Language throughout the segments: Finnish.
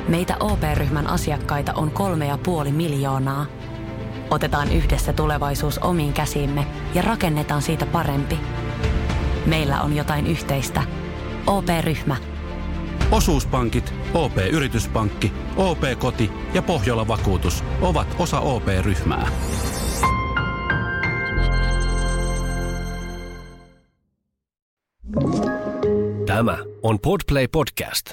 Meitä OP-ryhmän asiakkaita on 3,5 miljoonaa. Otetaan yhdessä tulevaisuus omiin käsiimme ja rakennetaan siitä parempi. Meillä on jotain yhteistä. OP-ryhmä. Osuuspankit, OP-yrityspankki, OP-koti ja Pohjola-vakuutus ovat osa OP-ryhmää. Tämä on Podplay Podcast.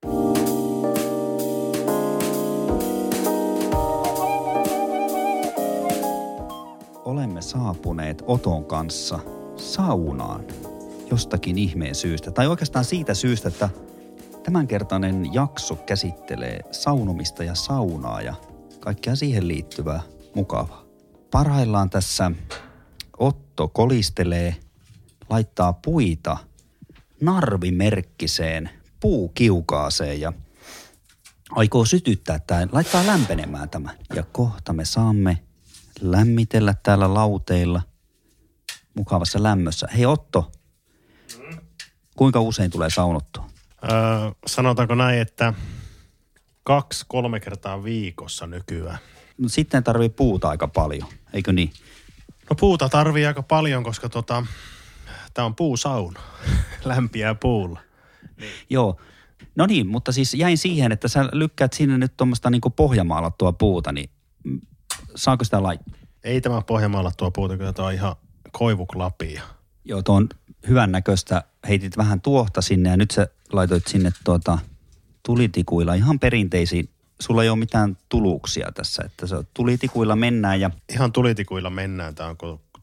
Olemme saapuneet Oton kanssa saunaan jostakin ihmeen syystä. Tai oikeastaan siitä syystä, että tämänkertainen jakso käsittelee saunomista ja saunaa ja kaikkea siihen liittyvää mukavaa. Parhaillaan tässä Otto kolistelee, laittaa puita narvimerkkiseen puukiukaaseen ja aikoo sytyttää tämän, laittaa lämpenemään tämän. Ja kohta me saamme lämmitellä täällä lauteilla mukavassa lämmössä. Hei Otto, kuinka usein tulee saunottua? Sanotaanko näin, että 2-3 kertaa viikossa nykyään. No, sitten tarvii puuta aika paljon, eikö niin? No puuta tarvii aika paljon, koska tää on puusauna. Lämpiää puulla. Niin. Joo. No niin, mutta siis jäin siihen, että sä lykkäät sinne nyt tuommoista niinku pohjamaalattua puuta, niin saako sitä laittaa? Ei tämä pohjamaalattua puuta, kyllä tämä on ihan koivuklapia. Joo, tuo on hyvän näköistä. Heitit vähän tuohta sinne ja nyt sä laitoit sinne tulitikuilla ihan perinteisiin. Sulla ei ole mitään tuluksia tässä, että se tulitikuilla mennään ja... Ihan tulitikuilla mennään. Tämä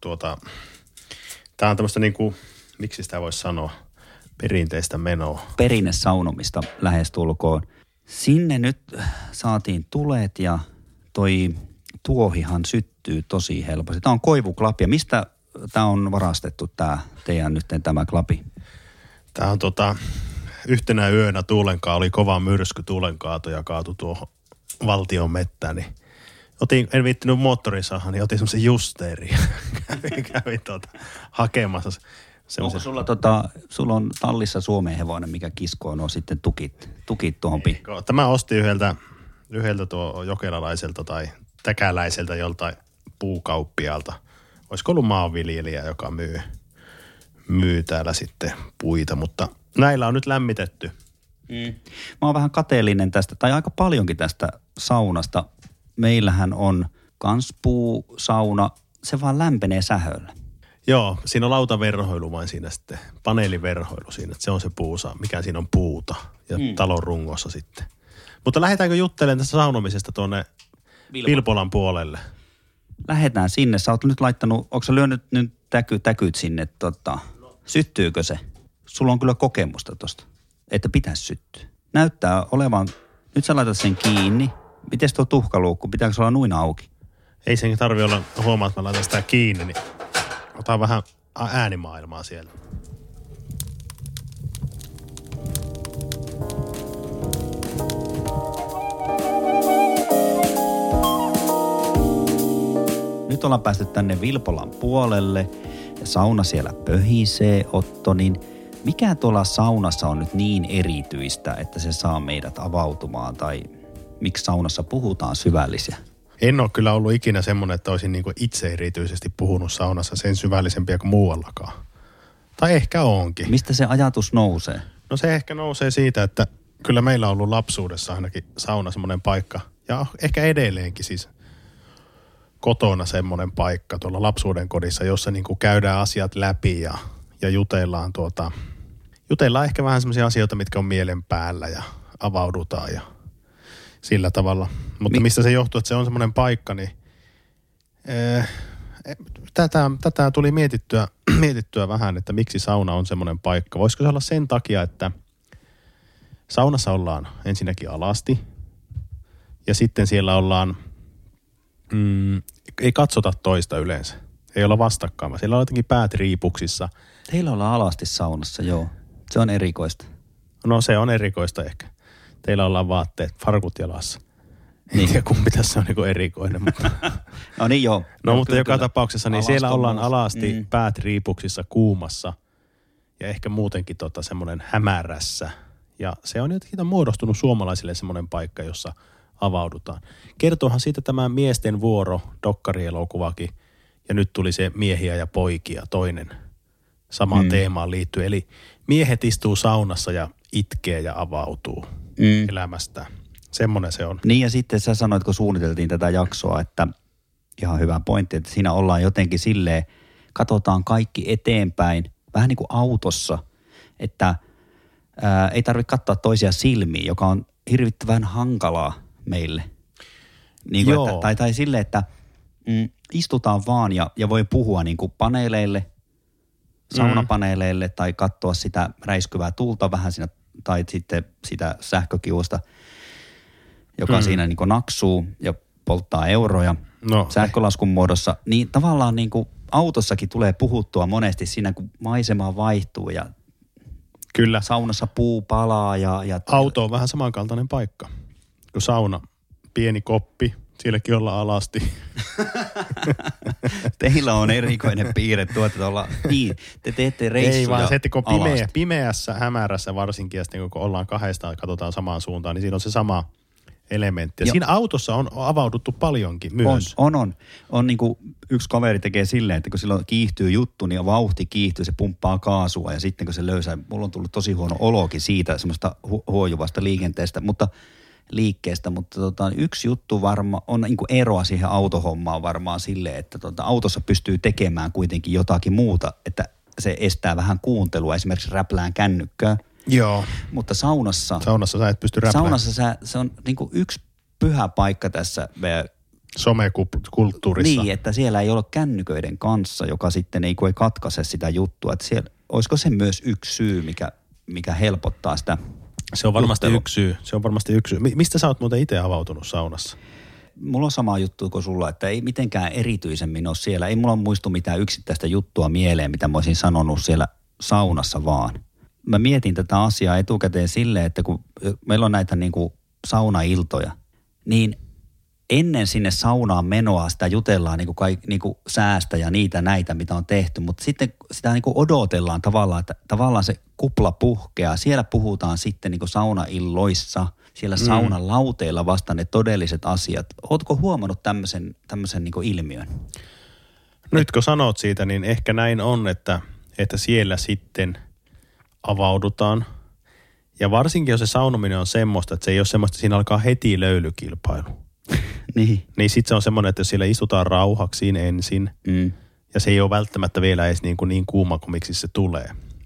on tämmöistä niinku, miksi sitä voisi sanoa, perinteistä menoa. Perinnesaunomista lähestulkoon. Sinne nyt saatiin tulet ja toi tuohihan syttyy tosi helposti. Tämä on koivuklapia. Mistä tämä on varastettu tämä klapi? Tämä on yhtenä yönä tuulenkaa, oli kova myrsky tuulenkaato ja kaatui tuohon valtion mettään, niin en viittinyt moottorisahan, niin otin semmoisen justeerin. kävin hakemassa semmoisen. Onko sulla on tallissa Suomen hevonen, mikä kiskoo nuo sitten tukit tuohon pihaan? Tämä osti yhdeltä tuo jokelalaiselta tai täkäläiseltä joltain puukauppialta. Olisiko ollut maanviljelijä, joka myy täällä sitten puita, mutta näillä on nyt lämmitetty. Mä oon vähän kateellinen tästä, tai aika paljonkin tästä saunasta. Meillähän on kans puusauna, se vaan lämpenee sähöllä. Joo, siinä on lautaverhoilu vain siinä sitten, paneeliverhoilu siinä, että se on se puusa, mikä siinä on puuta ja talon rungossa sitten. Mutta lähdetäänkö juttelemaan tästä saunomisesta tuonne Vilpolan puolelle? Lähdetään sinne. Sä oot nyt laittanut, onko sä lyönyt nyt täkyt sinne, syttyykö se? Sulla on kyllä kokemusta tosta, että pitäisi syttyä. Näyttää olevan, nyt sä laitat sen kiinni. Mites tuo tuhkaluukku, pitääkö se olla nuin auki? Ei sen tarvitse olla, huomaa, että mä laitan sitä kiinni, niin otan vähän äänimaailmaa siellä. Nyt ollaan päästy tänne Vilpolan puolelle ja sauna siellä pöhisee, Otto, niin mikä tuolla saunassa on nyt niin erityistä, että se saa meidät avautumaan tai miksi saunassa puhutaan syvällisiä? En ole kyllä ollut ikinä semmoinen, että olisin niinku itse erityisesti puhunut saunassa sen syvällisempiä kuin muuallakaan. Tai ehkä onkin. Mistä se ajatus nousee? No se ehkä nousee siitä, että kyllä meillä on ollut lapsuudessa ainakin sauna semmoinen paikka ja ehkä edelleenkin siis kotona semmoinen paikka tuolla lapsuuden kodissa, jossa niinku käydään asiat läpi ja jutellaan jutellaan ehkä vähän semmoisia asioita, mitkä on mielen päällä ja avaudutaan ja sillä tavalla. Mutta mistä se johtuu, että se on semmoinen paikka, niin tätä tuli mietittyä vähän, että miksi sauna on semmoinen paikka. Voisiko se olla sen takia, että saunassa ollaan ensinnäkin alasti ja sitten siellä ollaan, ei katsota toista yleensä. Ei olla vastakkain, siellä on jotenkin päät riipuksissa. Teillä ollaan alasti saunassa, joo. Se on erikoista. No se on erikoista ehkä. Teillä ollaan vaatteet, farkut jalassa. En tiedä kumpi tässä on niinku erikoinen. Mutta no niin joo. No mutta joka tapauksessa niin siellä ollaan alasti päät riipuksissa kuumassa ja ehkä muutenkin semmoinen hämärässä Ja se on jotenkin muodostunut suomalaisille semmoinen paikka, jossa avaudutaan. Kertoohan siitä tämä Miesten vuoro, dokkarielokuvakin, ja nyt tuli se Miehiä ja poikia, toinen samaan teemaan liittyy. Eli miehet istuu saunassa ja itkee ja avautuu elämästään. Semmoinen se on. Niin ja sitten sä sanoit, kun suunniteltiin tätä jaksoa, että ihan hyvä pointti, että siinä ollaan jotenkin silleen, katsotaan kaikki eteenpäin, vähän niin kuin autossa, että ei tarvitse katsoa toisia silmiä, joka on hirvittävän hankalaa meille. Niin kuin, että, tai silleen, että istutaan vaan ja voi puhua niin kuin paneeleille, saunapaneeleille tai katsoa sitä räiskyvää tulta vähän siinä, tai sitten sitä sähkökiusta, joka siinä niin kuin naksuu ja polttaa euroja sähkölaskun muodossa. Niin tavallaan niin kuin autossakin tulee puhuttua monesti siinä, kun maisema vaihtuu ja kyllä. Saunassa puu palaa. Auto on vähän samankaltainen paikka kuin sauna. Pieni koppi, sielläkin ollaan alasti. Teillä on erikoinen piirre tuolla. Niin, te teette reissuja ei vaan se, että kun pimeässä, hämärässä varsinkin, ja sitten kun ollaan kahdestaan ja katsotaan samaan suuntaan, niin siinä on se sama elementti. Ja siinä autossa on avauduttu paljonkin myös. On niin kuin yksi kaveri tekee silleen, että kun silloin kiihtyy juttu, niin vauhti kiihtyy, se pumppaa kaasua ja sitten kun se löysää, mulla on tullut tosi huono olokin siitä semmoista huojuvasta liikkeestä, mutta yksi juttu varmaan on niin kuin eroa siihen autohommaan varmaan silleen, että autossa pystyy tekemään kuitenkin jotakin muuta, että se estää vähän kuuntelua, esimerkiksi räplään kännykkää. Joo. Mutta saunassa sä et pysty räplään. Saunassa se on niin kuin yksi pyhä paikka tässä somekulttuurissa. Niin, että siellä ei ole kännyköiden kanssa, joka sitten ei katkaise sitä juttua. Että siellä, olisiko se myös yksi syy, mikä helpottaa sitä Se on varmasti yksi syy. Mistä sä oot muuten itse avautunut saunassa? Mulla on sama juttu kuin sulla, että ei mitenkään erityisemmin ole siellä. Ei mulla muistu mitään yksittäistä juttua mieleen, mitä mä olisin sanonut siellä saunassa vaan. Mä mietin tätä asiaa etukäteen silleen, että kun meillä on näitä niin kuin saunailtoja, niin ennen sinne saunaan menoa sitä jutellaan niin kuin säästä ja näitä, mitä on tehty, mutta sitten sitä niin kuin odotellaan tavallaan, että tavallaan se kupla puhkeaa. Siellä puhutaan sitten niin kuin saunailloissa, siellä saunan lauteilla vasta ne todelliset asiat. Ootko huomannut tämmöisen niin kuin ilmiön? Nyt kun sanot siitä, niin ehkä näin on, että siellä sitten avaudutaan. Ja varsinkin, jos se saunominen on semmoista, että se ei ole semmoista, että siinä alkaa heti löylykilpailu. Niin sitten se on semmoinen, että jos siellä istutaan rauhaksi ensin, ja se ei ole välttämättä vielä edes niin kuuma kuin miksi se tulee.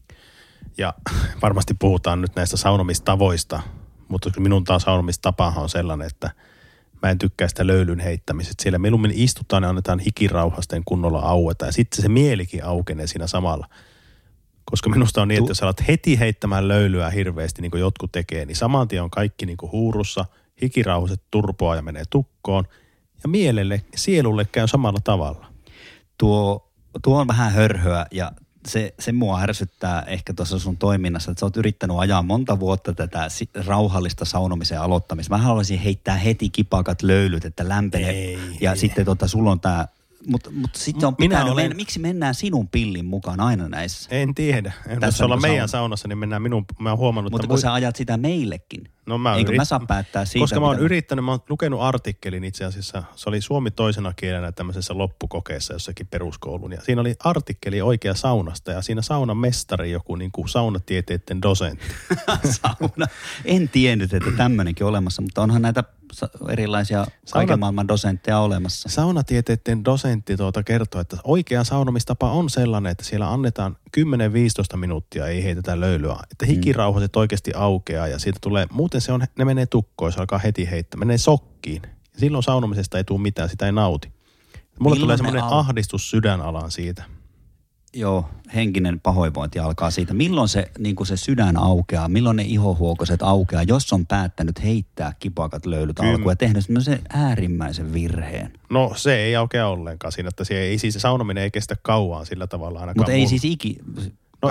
Ja varmasti puhutaan nyt näistä saunomistavoista, mutta minun taas saunomistapahan on sellainen, että mä en tykkää sitä löylyn heittämisestä. Siellä mieluummin istutaan ja annetaan hikirauhasten kunnolla aueta, ja sitten se mielikin aukenee siinä samalla. Koska minusta on niin, että jos alat heti heittämään löylyä hirveästi, niin kuin jotkut tekee, niin saman tien on kaikki niin kuin huurussa, hikirauhaset turpoaa ja menee tukkoon. Ja mielelle, sielulle käy samalla tavalla. Tuo on vähän hörhöä ja se mua ärsyttää ehkä tuossa sun toiminnassa, että sä oot yrittänyt ajaa monta vuotta tätä rauhallista saunomisen aloittamista. Mä haluaisin heittää heti kipakat löylyt, että lämpenee. Sitten sulla on tää. Mutta sitten on pitänyt miksi mennään sinun pillin mukaan aina näissä? En tiedä. Jos ollaan meidän saunassa, niin mennään mä oon huomannut. Mutta kun sä ajat sitä meillekin, eikö mä saa päättää siitä? Koska mä oon lukenut artikkelin itse asiassa, se oli suomi toisena kielenä tämmöisessä loppukokeessa jossakin peruskoulun. Ja siinä oli artikkeli oikea saunasta ja siinä saunan mestari joku niin kuin saunatieteiden dosentti. Sauna. En tiennyt, että tämmöinenkin olemassa, mutta onhan näitä erilaisia kaiken maailman dosentteja olemassa. Saunatieteiden dosentti kertoo, että oikea saunomistapa on sellainen, että siellä annetaan 10-15 minuuttia, ei heitetä löylyä. Että hikirauhaset oikeasti aukeaa ja siitä tulee, muuten ne menee tukkoon, se alkaa heti heittää, menee sokkiin. Ja silloin saunomisesta ei tule mitään, sitä ei nauti. Mulle tulee semmoinen ahdistus sydänalaan siitä. Joo, henkinen pahoinvointi alkaa siitä. Milloin se, niin kuin se sydän aukeaa, milloin ne ihohuokoset aukeaa, jos on päättänyt heittää kipakat löylyt alkuun ja tehnyt semmoisen äärimmäisen virheen? No se ei aukea ollenkaan siinä, että se saunominen ei kestä kauan sillä tavalla ainakaan. Mutta ei siis No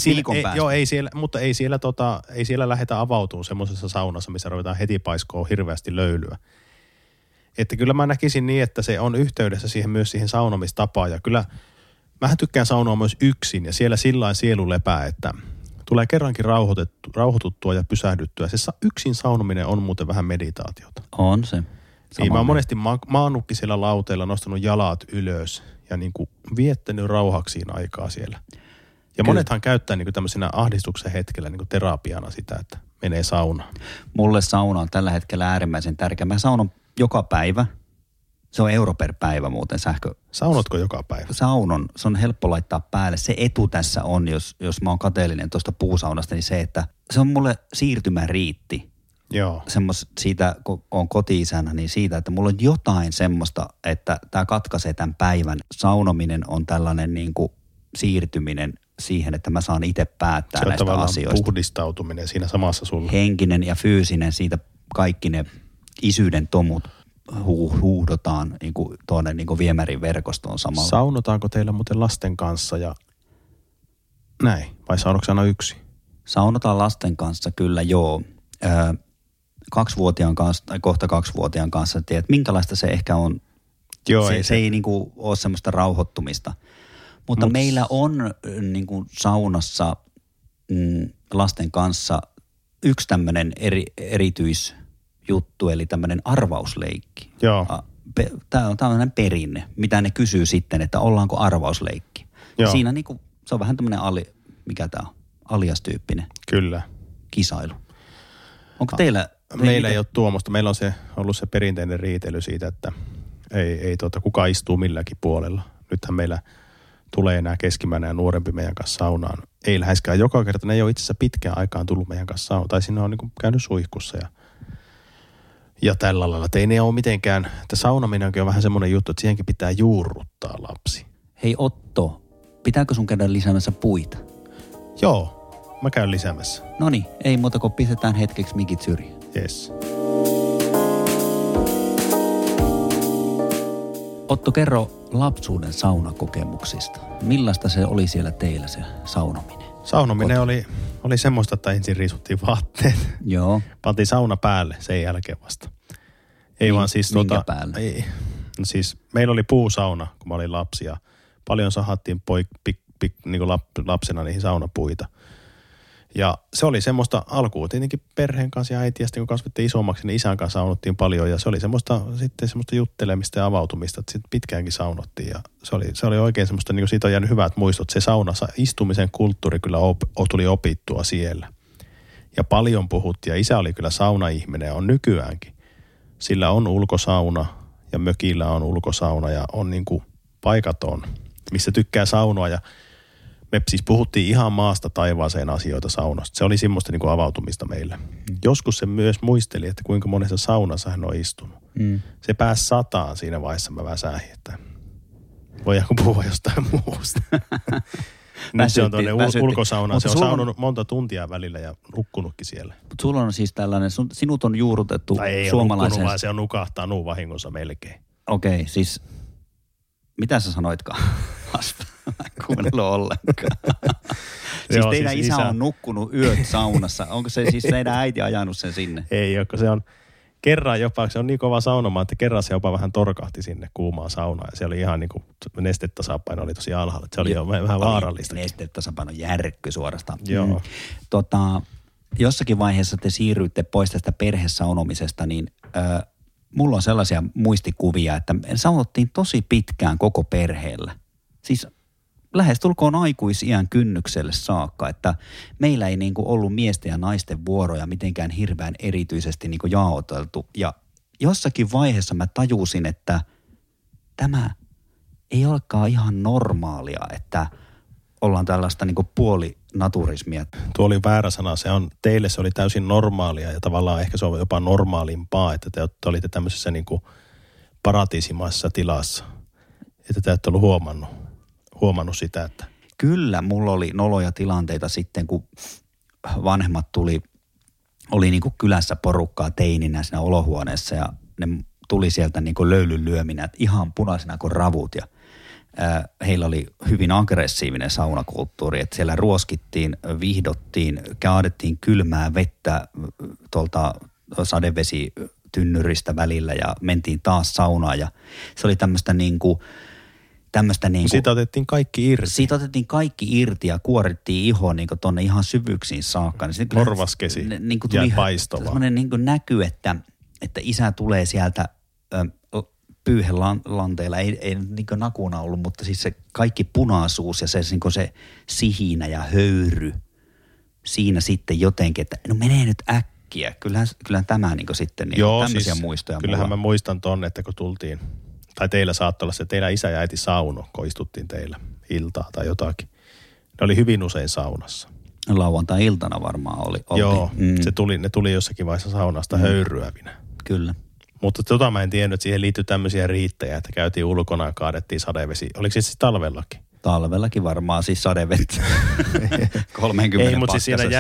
mutta ei siellä lähdetä avautumaan semmoisessa saunassa, missä ruvetaan heti paiskoon hirveästi löylyä. Että kyllä mä näkisin niin, että se on yhteydessä myös siihen saunomistapaan ja kyllä mähän tykkään saunoa myös yksin ja siellä sillain sielu lepää, että tulee kerrankin rauhoituttua ja pysähdyttyä. Se yksin saunominen on muuten vähän meditaatiota. On se. Niin mä oon monesti maannutkin siellä lauteilla, nostanut jalat ylös ja niin kuin viettänyt rauhaksiin aikaa siellä. Ja monethan käyttää niin kuin tämmöisenä ahdistuksen hetkellä niin kuin terapiana sitä, että menee saunaan. Mulle sauna on tällä hetkellä äärimmäisen tärkeä. Mä saunon joka päivä. Se on euro per päivä muuten sähkö. Saunotko joka päivä? Saunon. Se on helppo laittaa päälle. Se etu tässä on, jos mä oon kateellinen tuosta puusaunasta, niin se, että se on mulle siirtymäriitti. Joo. Siitä, kun on koti-isänä, niin siitä, että mulla on jotain semmoista, että tämä katkaisee tämän päivän. Saunominen on tällainen niin kuin siirtyminen siihen, että mä saan itse päättää näistä asioista. Se on tavallaan puhdistautuminen siinä samassa sulla. Henkinen ja fyysinen, siitä kaikki ne isyyden tomut huuhdotaan niin kuin tuonne niin kuin viemärin verkostoon samalla. Saunotaanko teillä muuten lasten kanssa ja näin? Vai saunoksi aina yksi? Saunotaan lasten kanssa kyllä, joo. 2-vuotiaan kanssa tai kohta 2-vuotiaan kanssa, että minkälaista se ehkä on. Joo, se ei niin kuin ole semmoista rauhoittumista. Mutta meillä on niin kuin saunassa lasten kanssa yksi tämmöinen erityisjuttu, eli tämmöinen arvausleikki. Joo. Tämä on tämmöinen perinne, mitä ne kysyy sitten, että ollaanko arvausleikki. Joo. Siinä niin kuin, se on vähän tämmöinen mikä tämä on, alias-tyyppinen. Kyllä. Kisailu. Onko teillä? Meillä ei ole tuommoista. Meillä on ollut se perinteinen riitely siitä, että ei kuka istuu milläkin puolella. Nythän meillä tulee enää keskimmäinen ja nuorempi meidän kanssa saunaan. Ei läheskään joka kerta. Ne ei ole itse asiassa pitkään aikaan tullut meidän kanssa saunaan. Tai sinne on niin kuin käynyt suihkussa ja tällä lailla. Ei ne ole mitenkään, että saunaminenkin on vähän semmoinen juttu, että siihenkin pitää juurruttaa lapsi. Hei Otto, pitääkö sun käydä lisäämässä puita? Joo, mä käyn lisäämässä. Noniin, ei muuta kuin pistetään hetkeksi mikit syrjään. Yes. Otto, kerro lapsuuden saunakokemuksista. Millaista se oli siellä teillä se saunominen? Saunominen oli semmoista, että ensin riisuttiin vaatteet. Joo. Pantiin sauna päälle sen jälkeen vasta. Ei vaan siis minkä päälle? Ei. No siis meillä oli puusauna, kun mä olin lapsi ja paljon sahattiin niin kuin lapsena niihin saunapuita. Ja se oli semmoista alkuun tietenkin perheen kanssa ja äiti, ja sitten kun kasvettiin isommaksi, niin isän kanssa saunottiin paljon. Ja se oli semmoista juttelemista ja avautumista, että sitten pitkäänkin saunottiin. Ja se oli oikein semmoista, niin kuin siitä on jäänyt hyvät muistot. Se saunassa istumisen kulttuuri kyllä tuli opittua siellä. Ja paljon puhuttiin, ja isä oli kyllä saunaihminen ja on nykyäänkin. Sillä on ulkosauna ja mökillä on ulkosauna ja on niin kuin paikaton, missä tykkää saunoa ja me siis puhuttiin ihan maasta taivaaseen asioita saunasta. Se oli semmoista niin kuin avautumista meille. Joskus se myös muisteli, että kuinka monessa saunassa hän on istunut. Se pääsi 100 siinä vaiheessa, mä väsähin, että voidaanko puhua jostain muusta. Nyt se on tuonne ulkosaunaan. Se on saununut monta tuntia välillä ja nukkunutkin siellä. Mutta sulla on siis tällainen, sinut on juurrutettu ei suomalaisen... vaan se on nukahtanut vahingossa melkein. Okei, siis mitä sä sanoitkaan? Mä en kuunnellut ollenkaan. Siis teidän isä on nukkunut yöt saunassa. Onko se siis teidän äiti ajanut sen sinne? Ei ole, se on kerran jopa, se on niin kova saunomaan, että kerran se jopa vähän torkahti sinne kuumaan saunaan. Ja se oli ihan niin kuin nestetasapaino oli tosi alhaalla. Se oli jo vähän vaarallista. Nestetasapaino järkky suorastaan. Joo. Jossakin vaiheessa te siirryitte pois tästä perhesaunomisesta, niin mulla on sellaisia muistikuvia, että saunottiin tosi pitkään koko perheellä. Siis lähestulkoon aikuisiän kynnykselle saakka, että meillä ei niin kuin ollut miesten ja naisten vuoroja mitenkään hirveän erityisesti niin kuin jaoteltu. Ja jossakin vaiheessa mä tajusin, että tämä ei olekaan ihan normaalia, että ollaan tällaista niin kuin puolinaturismia. Tuo oli väärä sana. Teille se oli täysin normaalia ja tavallaan ehkä se on jopa normaalimpaa, että te olitte tämmöisessä niin kuin paratiisimaisessa tilassa. Että te ette ollut huomannut sitä, että... Kyllä, mulla oli noloja tilanteita sitten, kun vanhemmat oli niin kuin kylässä porukkaa teininä siinä olohuoneessa ja ne tuli sieltä niin kuin löylyn lyöminä, ihan punaisena kuin ravut ja heillä oli hyvin aggressiivinen saunakulttuuri, että siellä ruoskittiin, vihdottiin, kaadettiin kylmää vettä tuolta sadevesitynnyristä välillä ja mentiin taas saunaan ja se oli tämmöistä niin kuin tämmöistä niin kuin, siitä otettiin kaikki irti. Siitä otettiin kaikki irti ja kuorittiin iho niin kuin tonne ihan syvyyksiin saakka. Niin Korvaskesi niin kuin jäi paistovaa. Semmoinen niin kuin näky, että isä tulee sieltä pyyhelanteilla, ei niin kuin nakuna ollut, mutta siis se kaikki punaisuus ja se, niin kuin se sihinä ja höyry siinä sitten jotenkin, että no menee nyt äkkiä. Kyllähän tämä niin kuin sitten niin tämmöisiä siis, muistoja. Kyllähän mä muistan ton, että kun tultiin, tai teillä saattoi olla se, teillä isä ja äiti sauno, kun istuttiin teillä iltaa tai jotakin. Ne oli hyvin usein saunassa. Lauantai-iltana varmaan oli. Joo, ne tuli jossakin vaiheessa saunasta höyryävinä. Kyllä. Mutta mä en tiennyt, että siihen liittyy tämmöisiä riittejä, että käytiin ulkona ja kaadettiin sadevesi. Oliko se siis talvellakin? Talvellakin varmaan siis sadevettä. 30 ei, mutta siis siellä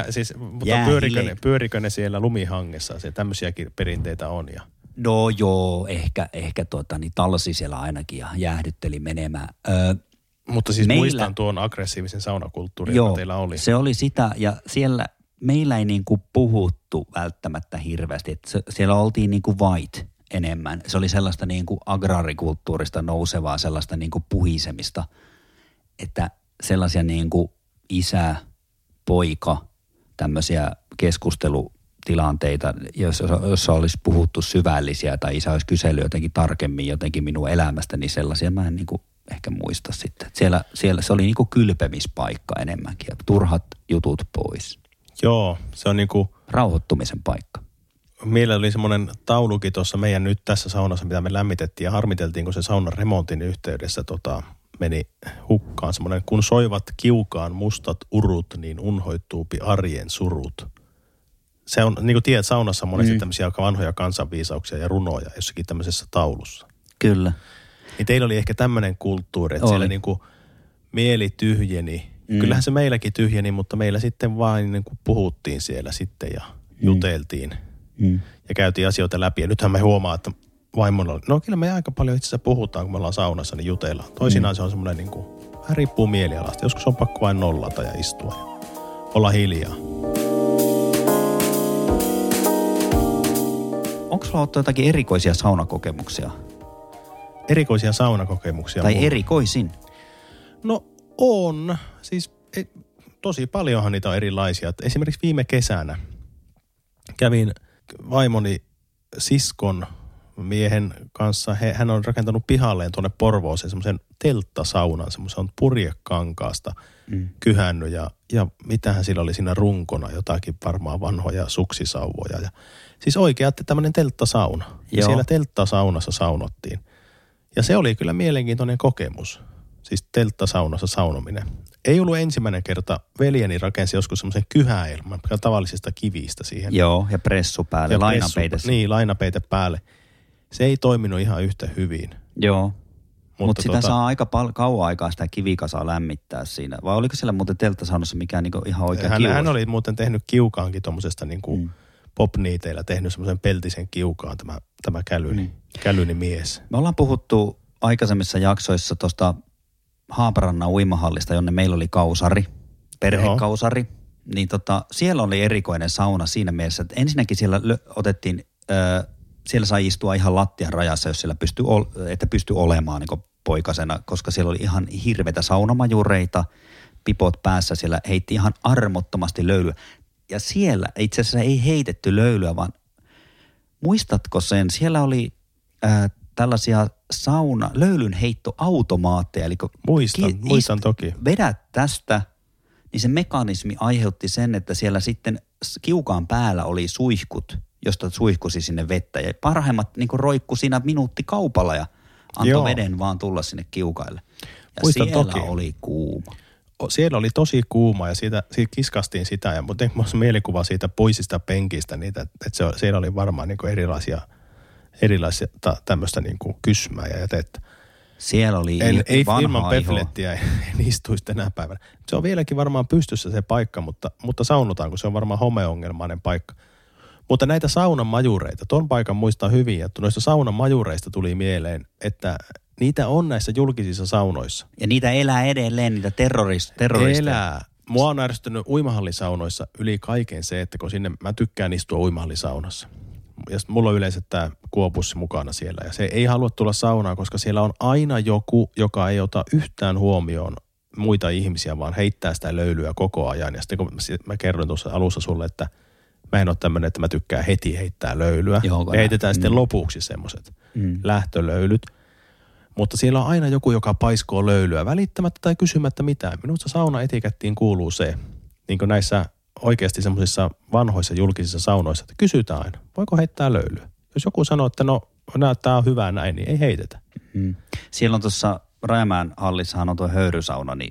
pyörikö ne siellä lumihangessa? Tämmöisiäkin perinteitä on. Ja. No joo, ehkä talsi siellä ainakin ja jäähdytteli menemään. Mutta siis muistan tuon aggressiivisen saunakulttuurin, joka teillä oli. Se oli sitä ja siellä meillä ei niinku puhuttu välttämättä hirveästi. Että siellä oltiin niinku white enemmän. Se oli sellaista niinku agraarikulttuurista nousevaa, sellaista niinku puhisemista. Että sellaisia niinku isä, poika, tämmöisiä keskustelutilanteita, jossa olisi puhuttu syvällisiä tai isä olisi kysellyt jotenkin tarkemmin jotenkin minun elämästä, niin sellaisia mä en niinku ehkä muista sitten. Siellä se oli niinku kylpemispaikka enemmänkin ja turhat jutut pois. Joo, se on niinku rauhoittumisen paikka. Meillä oli semmoinen taulukin tuossa meidän nyt tässä saunassa, mitä me lämmiteltiin ja harmiteltiin, kun se saunan remontin yhteydessä meni hukkaan. Semmoinen, kun soivat kiukaan mustat urut, niin unhoittuupi arjen surut. Se on, niin kuin tiedät, saunassa on monesti tämmöisiä aika vanhoja kansanviisauksia ja runoja jossakin tämmöisessä taulussa. Kyllä. Niin teillä oli ehkä tämmöinen kulttuuri, että siellä niin kuin mieli tyhjeni. Kyllähän se meilläkin tyhjeni, mutta meillä sitten vain niin kuin puhuttiin siellä sitten ja juteltiin ja käytiin asioita läpi. Ja nythän me huomaa, että vaimolla oli, no kyllä me aika paljon itse asiassa puhutaan, kun me ollaan saunassa, niin jutellaan. Toisinaan se on semmoinen niin kuin, vähän riippuu mielialasta. Joskus on pakko vain nollata ja istua ja olla hiljaa. Onko sulla ollut jotakin erikoisia saunakokemuksia? Erikoisia saunakokemuksia? Tai erikoisin? No on. Siis tosi paljonhan niitä on erilaisia. Esimerkiksi viime kesänä kävin vaimoni siskon miehen kanssa. Hän on rakentanut pihalleen tuonne Porvooseen semmoisen telttasaunan, semmoisen purjekankaasta kyhännyt ja mitähän sillä oli siinä runkona, jotakin varmaan vanhoja suksisauvoja. Ja, siis oikea tämmöinen telttasauna. Ja siellä telttasaunassa saunottiin. Ja se oli kyllä mielenkiintoinen kokemus. Siis telttasaunassa saunominen. Ei ollut ensimmäinen kerta. Veljeni rakensi joskus semmoisen kyhäelman tavallisista kivistä siihen. Joo, ja pressu päälle, ja lainapeite. Niin, lainapeite päälle. Se ei toiminut ihan yhtä hyvin. Joo, mutta sitä saa aika kauan aikaa sitä kivikasaa lämmittää siinä. Vai oliko siellä muuten telttasaunassa mikään niinku ihan oikea kiuas? Hän oli muuten tehnyt kiukaankin tuommoisesta niinku popniiteillä, tehnyt semmoisen peltisen kiukaan tämä kälyni mies. Me ollaan puhuttu aikaisemmissa jaksoissa tuosta Haaparannan uimahallista, jonne meillä oli kausari, perhekausari. Niin siellä oli erikoinen sauna siinä mielessä, että ensinnäkin siellä otettiin, siellä sai istua ihan lattian rajassa, jos siellä pystyi olemaan niin poikasena, koska siellä oli ihan hirveitä saunamajureita, pipot päässä, siellä heitti ihan armottomasti löylyä. Ja siellä itse asiassa ei heitetty löylyä, vaan muistatko sen, siellä oli tällaisia löylynheittoautomaatteja. Eli kun muistan toki. Vedät tästä, niin se mekanismi aiheutti sen, että siellä sitten kiukaan päällä oli suihkut, josta suihkusi sinne vettä. Ja parhaimmat niin roikku siinä minuuttikaupalla ja antoi veden vaan tulla sinne kiukaille. Ja muistan siellä toki. Oli kuuma. Siellä oli tosi kuuma ja siitä kiskastiin sitä. Ja mutta minulla mielikuva siitä puisista penkistä, niitä, että siellä oli varmaan niin erilaisia tämmöistä niin kuin kysmää ja jätettä. Siellä oli ei ilman peflettiä en istuisi tänä päivänä. Se on vieläkin varmaan pystyssä se paikka, mutta saunotaan, kun se on varmaan homeongelmainen paikka. Mutta näitä saunan majureita, ton paikan muistaa hyvin, että noista saunan majureista tuli mieleen, että niitä on näissä julkisissa saunoissa. Ja niitä elää edelleen, niitä terroristeja. Elää. Mua on ärsyttänyt uimahallisaunoissa yli kaiken se, että kun sinne, mä tykkään istua uimahallisaunassa. Ja mulla on yleensä tämä kuopussi mukana siellä. Ja se ei halua tulla saunaan, koska siellä on aina joku, joka ei ota yhtään huomioon muita ihmisiä, vaan heittää sitä löylyä koko ajan. Ja sitten kun mä kerroin tuossa alussa sulle, että mä en ole tämmöinen, että mä tykkään heti heittää löylyä. Me heitetään sitten lopuksi semmoiset lähtölöylyt. Mutta siellä on aina joku, joka paiskoo löylyä välittämättä tai kysymättä mitään. Minusta saunaetikettiin kuuluu se, niin kuin näissä oikeasti semmoisissa vanhoissa julkisissa saunoissa, että kysytään aina, voiko heittää löylyä. Jos joku sanoo, että no tämä on hyvää näin, niin ei heitetä. Siellä on tuossa Rajamäen hallissahan on tuo höyrysauna, niin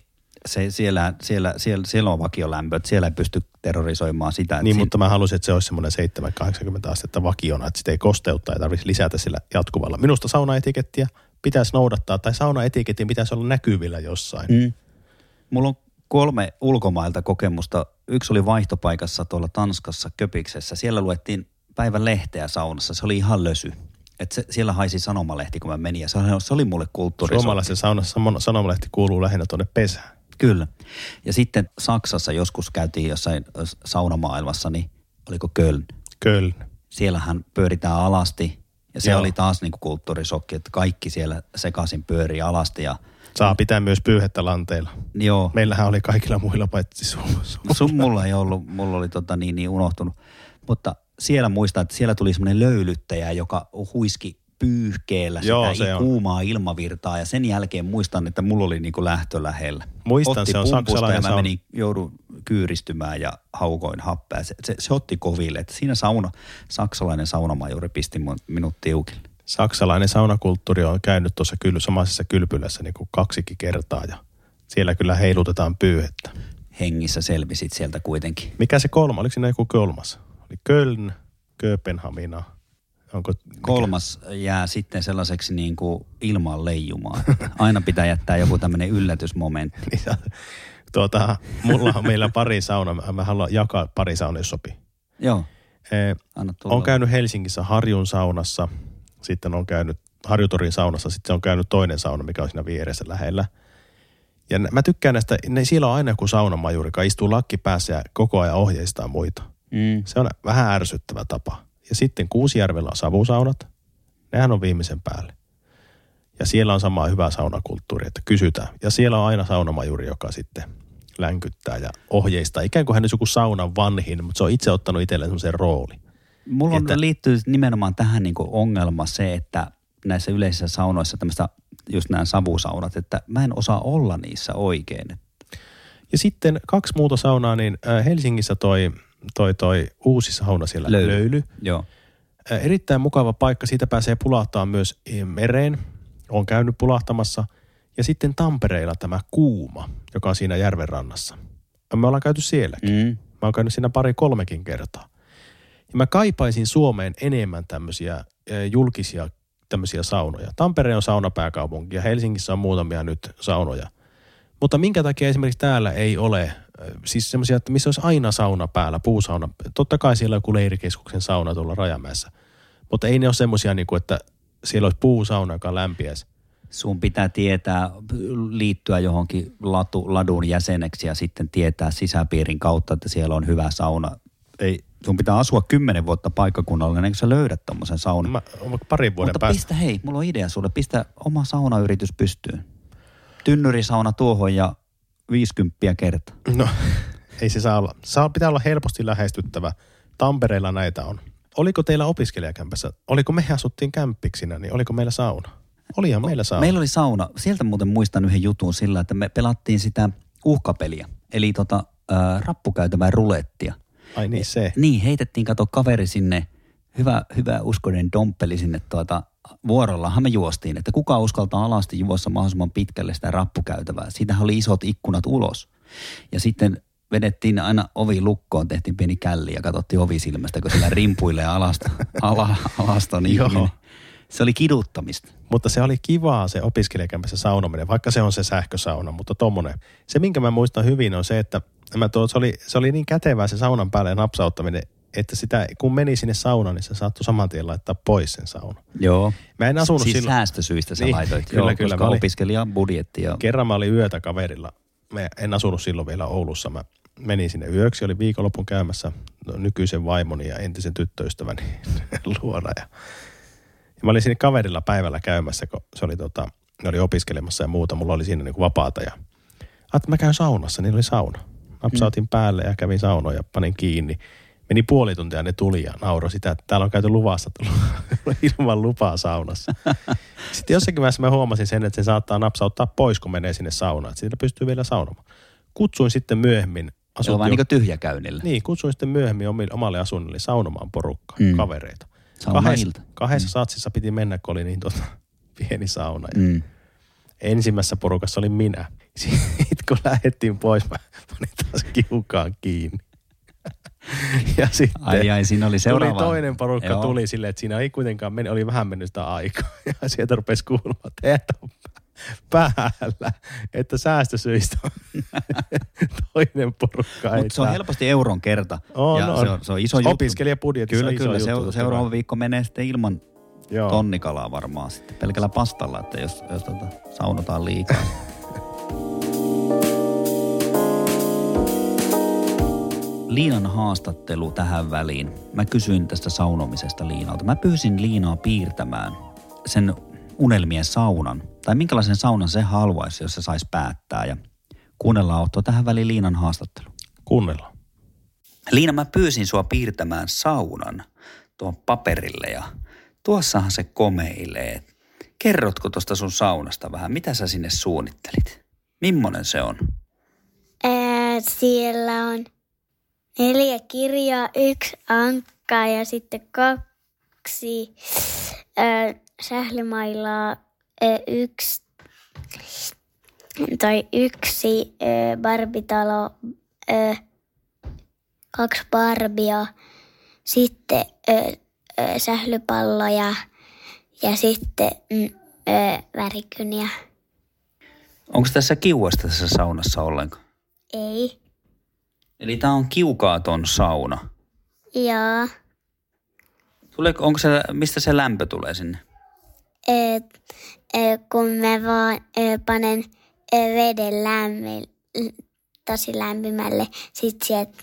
siellä on vakiolämpö, että siellä ei pysty terrorisoimaan sitä. Niin, mutta mä haluaisin, että se olisi semmoinen 7-80 astetta vakiona, että sitä ei kosteutta ei tarvitsisi lisätä sillä jatkuvalla. Minusta saunaetikettiä pitäisi noudattaa, tai saunaetiketin pitäisi olla näkyvillä jossain. Mulla on 3 ulkomailta kokemusta. Yksi oli vaihtopaikassa tuolla Tanskassa Köpiksessä. Siellä luettiin päivän lehteä saunassa. Se oli ihan lösy. Siellä haisi sanomalehti, kun mä menin, ja se oli mulle kulttuuri. Suomalaisen saunassa sanomalehti kuuluu lähinnä tuonne pesään. Kyllä. Ja sitten Saksassa joskus käytiin jossain saunamaailmassa, niin oliko Köln? Köln. Siellähän pyöritään alasti, ja se oli taas niinku kulttuurisokki, että kaikki siellä sekaisin pyörii alasti. Ja saa pitää myös pyyhettä lanteilla. Joo. Meillähän oli kaikilla muilla paitsi mulla ei ollut, mulla oli unohtunut. Mutta siellä muistan, että siellä tuli semmoinen löylyttäjä, joka huiski pyyhkeellä sitä kuumaa ilmavirtaa. Ja sen jälkeen muistan, että mulla oli niinku lähtö lähellä. Muistan, otti se on saksalainen ja mä joudun kyyristymään ja haukoin happea. Se otti koville. Että siinä saksalainen saunamajuri pisti minut tiukille. Saksalainen saunakulttuuri on käynyt tuossa samaisessa kylpylässä niin kuin 2 kertaa ja siellä kyllä heilutetaan pyyhettä. Hengissä selvisit sieltä kuitenkin. Mikä se 3? Oliko siinä joku 3? Oli Köln, Kööpenhamina. Onko 3 jää sitten sellaiseksi niin kuin ilmaan leijumaan. Aina pitää jättää joku tämmöinen yllätysmomentti. Meillä pari saunaa. Mä haluan jakaa pari saunaa, jos sopii. Joo. On käynyt Helsingissä Harjun saunassa. Sitten on käynyt Harjutorin saunassa. Sitten on käynyt toinen sauna, mikä on siinä vieressä lähellä. Ja mä tykkään näistä, siellä on aina joku saunamajuri, joka istuu lakki päässä ja koko ajan ohjeistaa muita. Se on vähän ärsyttävä tapa. Ja sitten Kuusijärvellä on savusaunat. Nehän on viimeisen päälle. Ja siellä on sama hyvä saunakulttuuri, että kysytään. Ja siellä on aina saunamajuri, joka sitten länkyttää ja ohjeistaa. Ikään kuin hän olisi joku saunan vanhin, mutta se on itse ottanut itselleen semmoisen roolin. Mulla liittyy nimenomaan tähän niin kuin ongelma se, että näissä yleisissä saunoissa tämmöistä just nämä savusaunat, että mä en osaa olla niissä oikein. Ja sitten 2 muuta saunaa, niin Helsingissä toi uusi sauna siellä, Löyly. Joo. Erittäin mukava paikka, siitä pääsee pulahtamaan myös mereen. Olen käynyt pulahtamassa. Ja sitten Tampereella tämä Kuuma, joka on siinä järven rannassa. Me ollaan käyty sielläkin. Mä oon käynyt siinä 2-3 kertaa. Ja mä kaipaisin Suomeen enemmän tämmöisiä julkisia tämmöisiä saunoja. Tampere on saunapääkaupunki ja Helsingissä on muutamia nyt saunoja. Mutta minkä takia esimerkiksi täällä ei ole siis semmoisia, että missä olisi aina sauna päällä, puusauna. Totta kai siellä on joku leirikeskuksen sauna tuolla Rajamäessä. Mutta ei ne ole semmoisia, että siellä olisi puusauna, joka lämpiäisi. Sun pitää tietää, liittyä johonkin ladun jäseneksi ja sitten tietää sisäpiirin kautta, että siellä on hyvä sauna. Sun pitää asua 10 vuotta paikkakunnalla, ennen kuin sä löydät tommosen saunan. Mä parin vuoden päästä. Mutta mulla on idea sulle. Pistä oma saunayritys pystyyn. Tynnyrisauna tuohon ja 50 kertaa. No, ei se saa olla. Pitää olla helposti lähestyttävä. Tampereella näitä on. Oliko teillä opiskelijakämpässä? Oliko me asuttiin kämppiksinä, niin oliko meillä sauna? Olihan meillä sauna. Meillä oli sauna. Sieltä muuten muistan yhden jutun sillä, että me pelattiin sitä uhkapeliä. Eli rappukäytävää rulettia. Ai niin se. Niin, heitettiin kaveri sinne, hyvä uskoinen domppeli sinne vuorollahan me juostiin, että kuka uskaltaa alasti juossa mahdollisimman pitkälle sitä rappukäytävää. Siitähän oli isot ikkunat ulos. Ja sitten vedettiin aina ovi lukkoon, tehtiin pieni källi ja katsottiin ovisilmästä, kun siellä rimpuilee alasta niin se oli kiduttamista. Mutta se oli kivaa se opiskelijakämpässä saunominen, vaikka se on se sähkösauna, mutta tommonen. Se, minkä mä muistan hyvin, on se, että se oli niin kätevää se saunan päälle napsauttaminen, että sitä, kun meni sinne saunaan, niin se saattoi saman tien laittaa pois sen saunan. Joo. Mä en asunut siis säästösyistä sä laitoit. Kyllä. Koska opiskelijan budjetti. Kerran mä olin yötä kaverilla. Mä en asunut silloin vielä Oulussa. Mä menin sinne yöksi, oli viikonlopun käymässä nykyisen vaimoni ja entisen tyttöystäväni luona. Ja mä olin siinä kaverilla päivällä käymässä, kun se oli ne oli opiskelemassa ja muuta. Mulla oli siinä niin kuin vapaata ja että mä käyn saunassa, niin oli sauna. Napsautin päälle ja kävin saunoon ja panin kiinni. Meni puoli tuntia ja ne tuli ja nauroi sitä, että täällä on käyty luvassa ilman lupaa saunassa. Sitten jossakin vaiheessa mä huomasin sen, että se saattaa napsauttaa pois, kun menee sinne saunaan. Että siinä pystyy vielä saunomaan. Kutsuin sitten myöhemmin. Se on vaan niin kuin tyhjäkäynnillä. Niin, kutsuin sitten myöhemmin omalle asunnille saunomaan porukkaa, kavereita. Kahdessa satsissa piti mennä, kun oli niin pieni sauna. Ensimmäisessä porukassa oli minä. Sitten kun lähdettiin pois, mä panin taas kiukaan kiinni. Ja sitten siinä oli seuraava. Tuli toinen porukka tuli silleen, että siinä ei kuitenkaan oli vähän mennyt sitä aikaa. Ja sieltä rupesi kuulumaan, että on päällä, että säästösyistä toinen porukka ei. Mutta se on helposti euron kerta. Se on iso juttu. Opiskelijabudjetissa iso juttu. Seuraava viikko menee sitten ilman tonnikalaa varmaan sitten. Pelkällä pastalla, että jos saunotaan liikaa. Liinan haastattelu tähän väliin. Mä kysyin tästä saunomisesta Liinalta. Mä pyysin Liinaa piirtämään sen unelmien saunan. Tai minkälaisen saunan se haluaisi, jos se saisi päättää. Ja kuunnellaan Otto tähän väliin Liinan haastattelu. Kuunnellaan. Liina, mä pyysin sua piirtämään saunan tuon paperille ja tuossahan se komeilee. Kerrotko tuosta sun saunasta vähän? Mitä sä sinne suunnittelit? Mimmonen se on? Siellä on 4 kirjaa, 1 ankka ja sitten 2 sählymailaa, 1 Barbie-talo, 2 Barbia, sitten sählypalloja ja sitten värikyniä. Onko tässä kiuasta tässä saunassa ollenkaan? Ei. Eli tää on kiukaaton sauna. Joo. Mistä se lämpö tulee sinne? Kun mä vaan panen veden tosi lämpimälle, sit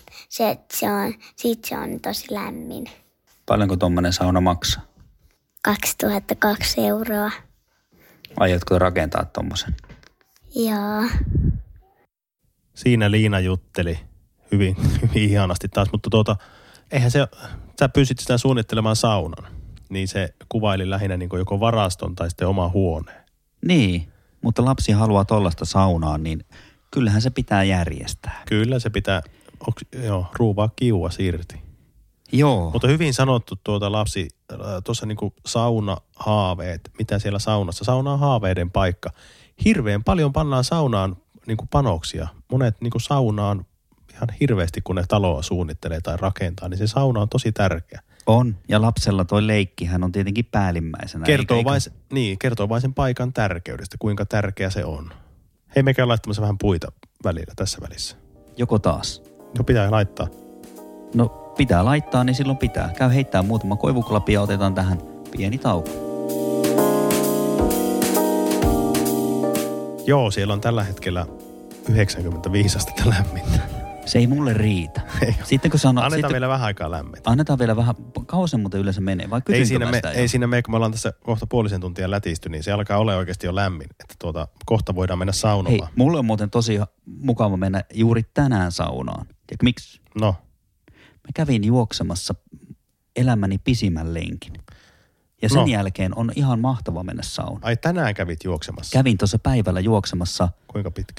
se on tosi lämmin. Paljonko tommonen sauna maksaa? 2002 €. Aiotko rakentaa tommosen? Joo. Siinä Liina jutteli hyvin ihanasti taas, mutta eihän sä pyysit sitä suunnittelemaan saunan, niin se kuvaili lähinnä niin kuin joko varaston tai sitten oma huoneen. Niin, mutta lapsi haluaa tollaista saunaa, niin kyllähän se pitää järjestää. Kyllä se pitää, ruuvaa kiuas irti. Joo. Mutta hyvin sanottu lapsi, tuossa niin kuin saunahaaveet, mitä siellä saunassa. Sauna on haaveiden paikka. Hirveän paljon pannaan saunaan niin kuin panoksia. Monet niin kuin saunaan ihan hirveästi, kun ne taloa suunnittelee tai rakentaa, niin se sauna on tosi tärkeä. On, ja lapsella toi leikkihän on tietenkin päällimmäisenä. Kertoo vain sen paikan tärkeydestä, kuinka tärkeä se on. Hei, me käy laittamassa vähän puita välillä tässä välissä. Joko taas? No pitää laittaa. No pitää laittaa, niin silloin pitää. Käy heittää muutama koivuklapi ja otetaan tähän pieni tauko. Joo, siellä on tällä hetkellä 95 astetta lämmintä. Se ei mulle riitä. Sitten kun annetaan vielä vähän aikaa lämmintä. Annetaan vielä vähän, kauan muuten yleensä menee, vai kysynkö mä sitä ei siinä mene, kun me ollaan tässä kohta puolisen tuntia lätisty, niin se alkaa olla oikeasti jo lämmin. Että kohta voidaan mennä saunomaan. Hei, mulle on muuten tosi mukava mennä juuri tänään saunaan. Tiedätkö miksi? No. Mä kävin juoksemassa elämäni pisimmän lenkin. Ja sen jälkeen on ihan mahtava mennä saunaan. Ai tänään kävit juoksemassa? Kävin tuossa päivällä juoksemassa. Kuinka pitkä?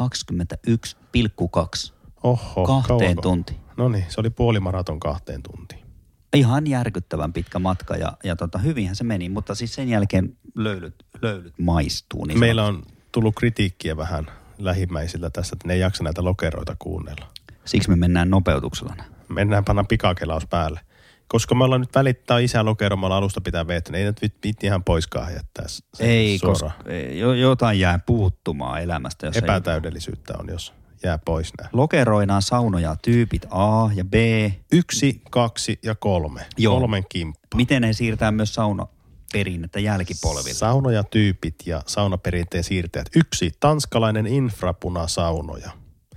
21,2. Oho, 2 tuntiin. No niin, se oli puolimaraton 2 tuntiin. Ihan järkyttävän pitkä matka ja hyvinhän se meni, mutta siis sen jälkeen löylyt maistuu. Niin meillä on tullut kritiikkiä vähän lähimmäisiltä tässä, että ne ei jaksa näitä lokeroita kuunnella. Siksi me mennään nopeutuksella. Pannaan pikakelaus päälle. Koska me ollaan nyt välittää isä lokeromalla alusta pitää vettä, niin ei nyt viitti ihan poiskaan jättää ei, koska jotain jää puuttumaan elämästä. Jos epätäydellisyyttä on, jos jää pois nää. Lokeroidaan saunoja tyypit A ja B. 1, 2 ja 3. Joo. 3 kimppa. Miten ne siirtää myös saunaperinnettä jälkipolville? Saunoja tyypit ja saunaperinteen siirtäjät. 1. Tanskalainen infrapunasaunoja.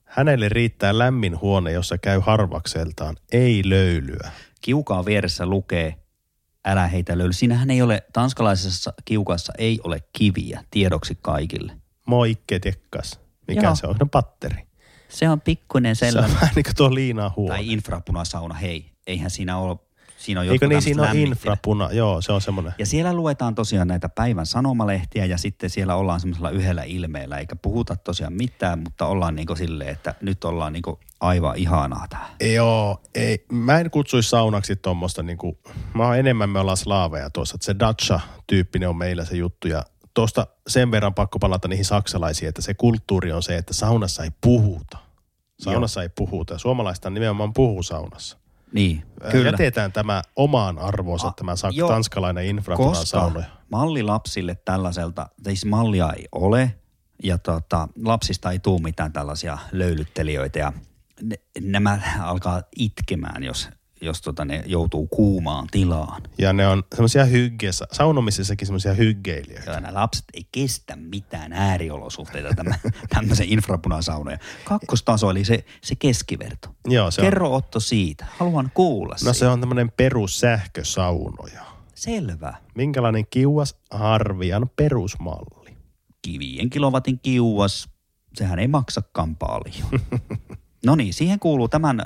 Hänelle riittää lämmin huone, jossa käy harvakseltaan, ei löylyä. Kiukaan vieressä lukee, älä heitä löyly. Siinähän ei ole, tanskalaisessa kiukassa ei ole kiviä, tiedoksi kaikille. Moikke tekkas. Mikä Joo. se on? No patteri. Se on pikkuinen Se on sellainen. vähän niin kuin tuo liinahuone. Tai infrapunasauna, hei. Eihän siinä ole, siinä on Eikö jotkut niin, tämmöiset siinä on lämmittimet. infrapuna, joo, se on semmoinen. Ja siellä luetaan tosiaan näitä päivän sanomalehtiä ja sitten siellä ollaan semmoisella yhdellä ilmeellä, eikä puhuta tosiaan mitään, mutta ollaan niinku silleen, että nyt ollaan niinku aivan ihanaa tää. Joo, ei. Mä en kutsuisi saunaksi tuommoista niinku, me ollaan slaaveja tuossa, että se dacha-tyyppinen on meillä se juttu ja tuosta sen verran pakko palata niihin saksalaisiin, että se kulttuuri on se, että saunassa ei puhuta. Saunassa ei puhuta. Suomalaista nimenomaan puhuu saunassa. Niin, kyllä. Jätetään tämä omaan arvoonsa, tämä tanskalainen infrapunasaunoja. Koska malli lapsille tällaiselta, siis mallia ei ole ja lapsista ei tule mitään tällaisia löylyttelijöitä ja nämä alkaa itkemään, jos ne joutuu kuumaan tilaan. Ja ne on semmoisia saunomisessakin semmoisia hyggeilijöitä. Ja nämä lapset ei kestä mitään ääriolosuhteita tämmöisen infrapunasaunoja. Kakkostaso eli se keskiverto. Joo, se Kerro Otto siitä. Haluan kuulla siitä. No se on tämmöinen perussähkösaunoja. Selvä. Minkälainen kiuas Harvian perusmalli? Kivien kilowatin kiuas. Sehän ei maksakaan paljon. No niin, siihen kuuluu tämän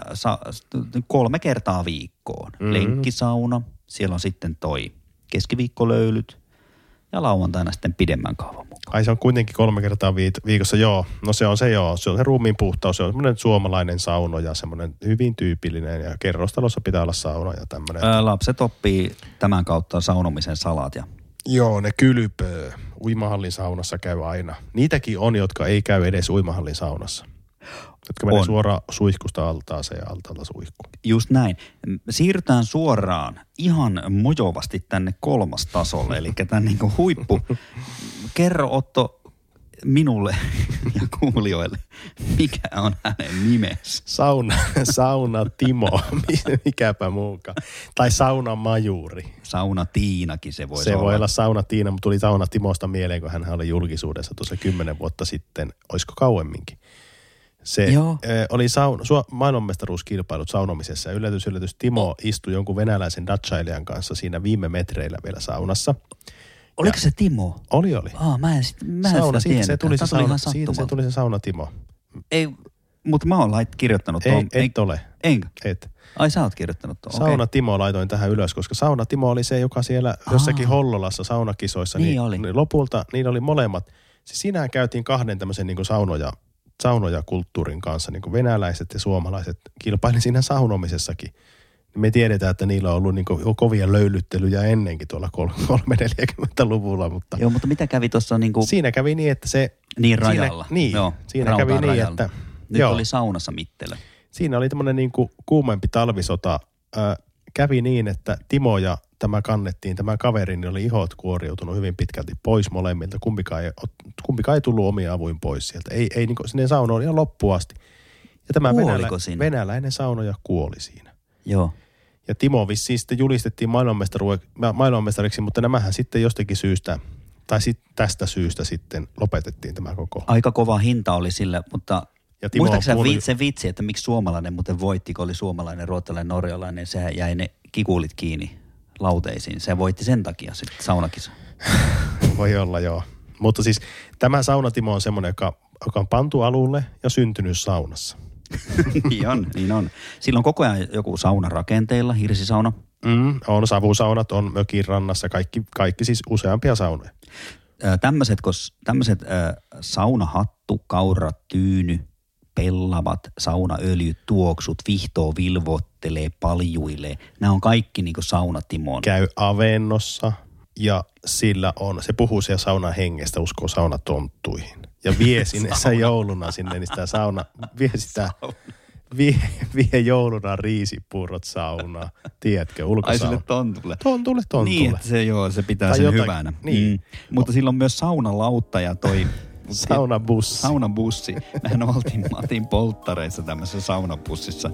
3 kertaa viikkoon. Lenkkisauna, siellä on sitten toi keskiviikkolöylyt ja lauantaina sitten pidemmän kaavan mukaan. Ai se on kuitenkin 3 kertaa viikossa, joo. No se on se ruumiin puhtaus, se on semmoinen suomalainen sauno ja semmoinen hyvin tyypillinen ja kerrostalossa pitää olla sauna ja tämmöinen. Lapset oppii tämän kautta saunomisen salat ja... Joo, ne kylpöö. Uimahallin saunassa käy aina. Niitäkin on, jotka ei käy edes uimahallin saunassa. Jotka menee suoraan suihkusta altaaseen ja altaalta suihkuun. Just näin. Siirrytään suoraan ihan mojovasti tänne 3. tasolle, eli tämän niin kuin huippu. Kerro Otto minulle ja kuulijoille, mikä on hänen nimensä? Sauna Timo, mikäpä muukaan. Tai Sauna Majuri. Sauna Tiinakin se voisi olla. Se olla. voi olla Sauna Tiina, mutta tuli Sauna Timosta mieleen, kun hän oli julkisuudessa tuossa 10 vuotta sitten, olisiko kauemminkin. Se oli maailmanmestaruuskilpailut saunomisessa ja yllätys, Timo istui jonkun venäläisen datchailijan kanssa siinä viime metreillä vielä saunassa. Oliko se Timo? Oli. Mä en sitä tiennyt. Se tuli se Sauna Timo. Ei, mutta mä oon kirjoittanut tuon. Et ole. Enkä? Et. Ai sä oot kirjoittanut tuon. Sauna Timo laitoin tähän ylös, koska Sauna Timo oli se, joka siellä jossakin Hollolassa saunakisoissa. Niin lopulta niillä oli molemmat. Siis siinähän käytiin 2 tämmöisen niin kuin saunoja-kulttuurin kanssa, niin kuin venäläiset ja suomalaiset kilpaili siinä saunomisessakin. Me tiedetään, että niillä on ollut niin kuin kovia löylyttelyjä ennenkin tuolla 340-luvulla. Mutta joo, mutta mitä kävi tuossa niin kuin... Siinä kävi niin, että se... Niin rajalla. Siinä kävi niin, rajalla. Että... Nyt oli saunassa Mittelä. Siinä oli tämmöinen niin kuin kuumempi talvisota. Kävi niin, että Timo ja tämä kaveri, niin oli ihot kuoriutunut hyvin pitkälti pois molemmilta. Kumpikaan ei tullut omia avuin pois sieltä. Ei niin kuin, sinne sauna oli ihan loppuun asti. Ja tämä venäläinen saunoja kuoli siinä. Joo. Ja Timo vissiin sitten julistettiin maailmanmestariksi, mutta nämähän sitten jostakin syystä, tai tästä syystä sitten lopetettiin tämä koko. Aika kova hinta oli sille, mutta muistaakseni se vitsi, että miksi suomalainen muuten voitti, kun oli suomalainen, ruotsalainen, norjalainen, sehän jäi ne kikulit kiinni lauteisiin. Se voitti sen takia sitten saunakisa. Voi olla, joo. Mutta siis tämä Sauna Timo on semmoinen, joka on pantu alulle ja syntynyt saunassa. niin on. Sillä on koko ajan joku sauna rakenteilla, hirsisauna. On savusaunat, on mökin rannassa, kaikki siis useampia saunoja. Tämmöiset saunahattu, kaura, tyyny, pellavat, saunaöljyt, tuoksut, vihtoo, vilvoittelee, paljuilee. Nämä on kaikki niin kuin Sauna Timon. Käy avennossa ja se puhuu siellä saunan hengestä, uskoo saunatonttuihin. Ja vie sinne jouluna sinne, niin sitä vie jouluna riisipuurot saunaan. Tiedätkö, ulkosauna. Ai sille tontulle. Tontulle. Niin, että se pitää tai sen jotain, hyvänä. Niin. Mutta sillä on myös saunalautta ja toi... Saunabussi. Mehän oltiin Matin polttareissa tämmöisessä saunabussissa.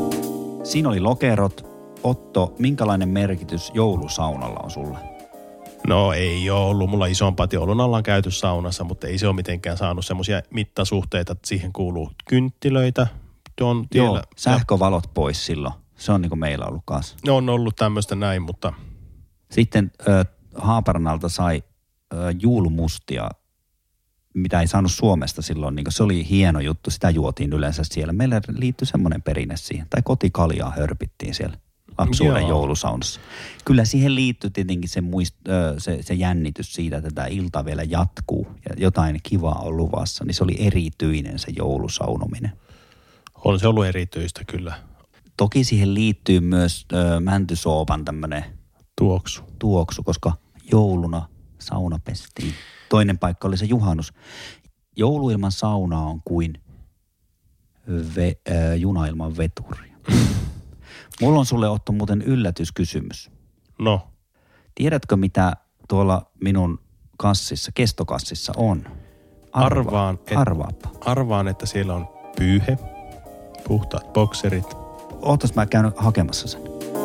Siinä oli lokerot. Otto, minkälainen merkitys joulusaunalla on sulle? No ei ole ollut. Mulla isompaa joulun alla on käyty saunassa, mutta ei se ole mitenkään saanut semmoisia mittasuhteita, että siihen kuuluu kynttilöitä. Joo, sähkövalot pois silloin. Se on niin kuin meillä ollut kanssa. Ne on ollut tämmöistä näin, mutta... Sitten Haaparannalta sai juulumustia, mitä ei saanut Suomesta silloin. Niin se oli hieno juttu, sitä juotiin yleensä siellä. Meillä liittyi semmoinen perinne siihen. Tai kotikaljaa hörpittiin siellä lapsuuden joulusaunassa. Kyllä siihen liittyy tietenkin se jännitys siitä, että tämä ilta vielä jatkuu ja jotain kivaa on luvassa. Niin se oli erityinen se joulusaunominen. On se ollut erityistä kyllä. Toki siihen liittyy myös mäntysoopan tämmöinen tuoksu, koska jouluna sauna pestiin. Toinen paikka oli se juhannus. Joulu ilman saunaa on kuin juna ilman veturia. Mulla on sulle, Otto, muuten yllätyskysymys. No? Tiedätkö, mitä tuolla minun kestokassissa on? Arvaan, että siellä on pyyhe, puhtaat bokserit. Ootas, mä käyn hakemassa sen.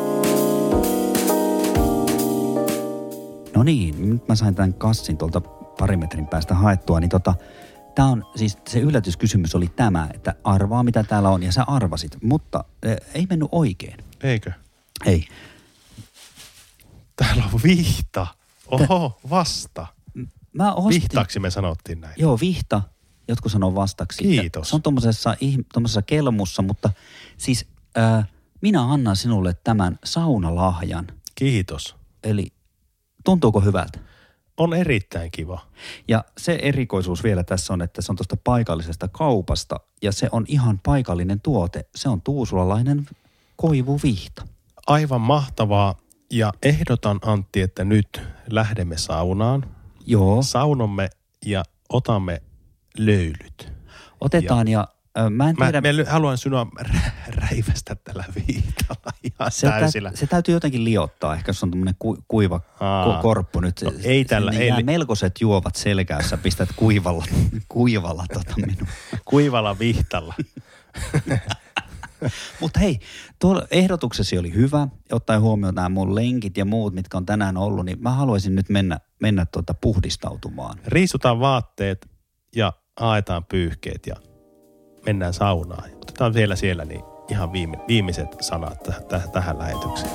No niin, nyt mä sain tämän kassin tuolta pari metrin päästä haettua, niin tää on, siis se yllätyskysymys oli tämä, että arvaa mitä täällä on, ja sä arvasit, mutta ei mennyt oikein. Eikö? Ei. Täällä on vihta. Oho, vasta. Vihtaksi me sanottiin näin. Joo, vihta. Jotkut sanoo vastaksi. Kiitos. Se on tommosessa kelmussa, mutta siis minä annan sinulle tämän saunalahjan. Kiitos. Eli tuntuuko hyvältä? On erittäin kiva. Ja se erikoisuus vielä tässä on, että se on tuosta paikallisesta kaupasta ja se on ihan paikallinen tuote. Se on tuusulalainen koivuvihta. Aivan mahtavaa ja ehdotan, Antti, että nyt lähdemme saunaan. Joo. Saunomme ja otamme löylyt. Otetaan ja mä en tiedä. Mä haluan sinua räivästä tällä viitalla ihan täysillä. Se täytyy jotenkin liottaa. Ehkä se on tämmöinen kuiva korppu nyt. No, ei tällä. Ei melkoiset juovat selkäässä, pistät kuivalla minun. Kuivalla vihtalla. Mutta hei, tuolla ehdotuksesi oli hyvä. Ottaen huomioon nämä mun lenkit ja muut, mitkä on tänään ollut, niin mä haluaisin nyt mennä puhdistautumaan. Riisutaan vaatteet ja aetaan pyyhkeet ja mennään saunaan. Otetaan vielä siellä niin ihan viimeiset sanat tähän lähetykseen.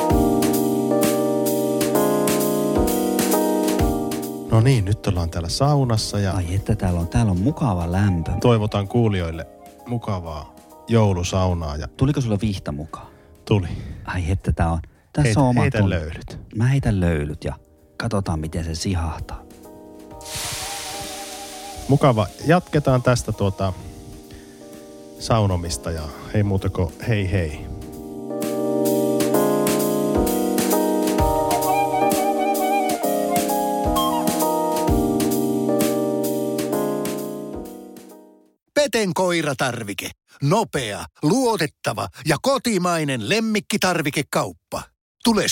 No niin, nyt ollaan täällä saunassa ja... Ai että täällä on mukava lämpö. Toivotan kuulijoille mukavaa joulusaunaa. Ja... Tuliko sulla vihta mukaan? Tuli. Ai että tää on... Tässä on oma heitä löylyt. Mä heitän löylyt ja katsotaan miten se sihahtaa. Mukava. Jatketaan tästä saunomista ja ei muuta kuin hei hei. Peten koiratarvike. Nopea, luotettava ja kotimainen lemmikkitarvikekauppa. Tule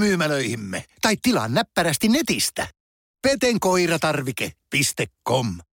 suurmyymälöihimme tai tilaa näppärästi netistä. petenkoiratarvike.com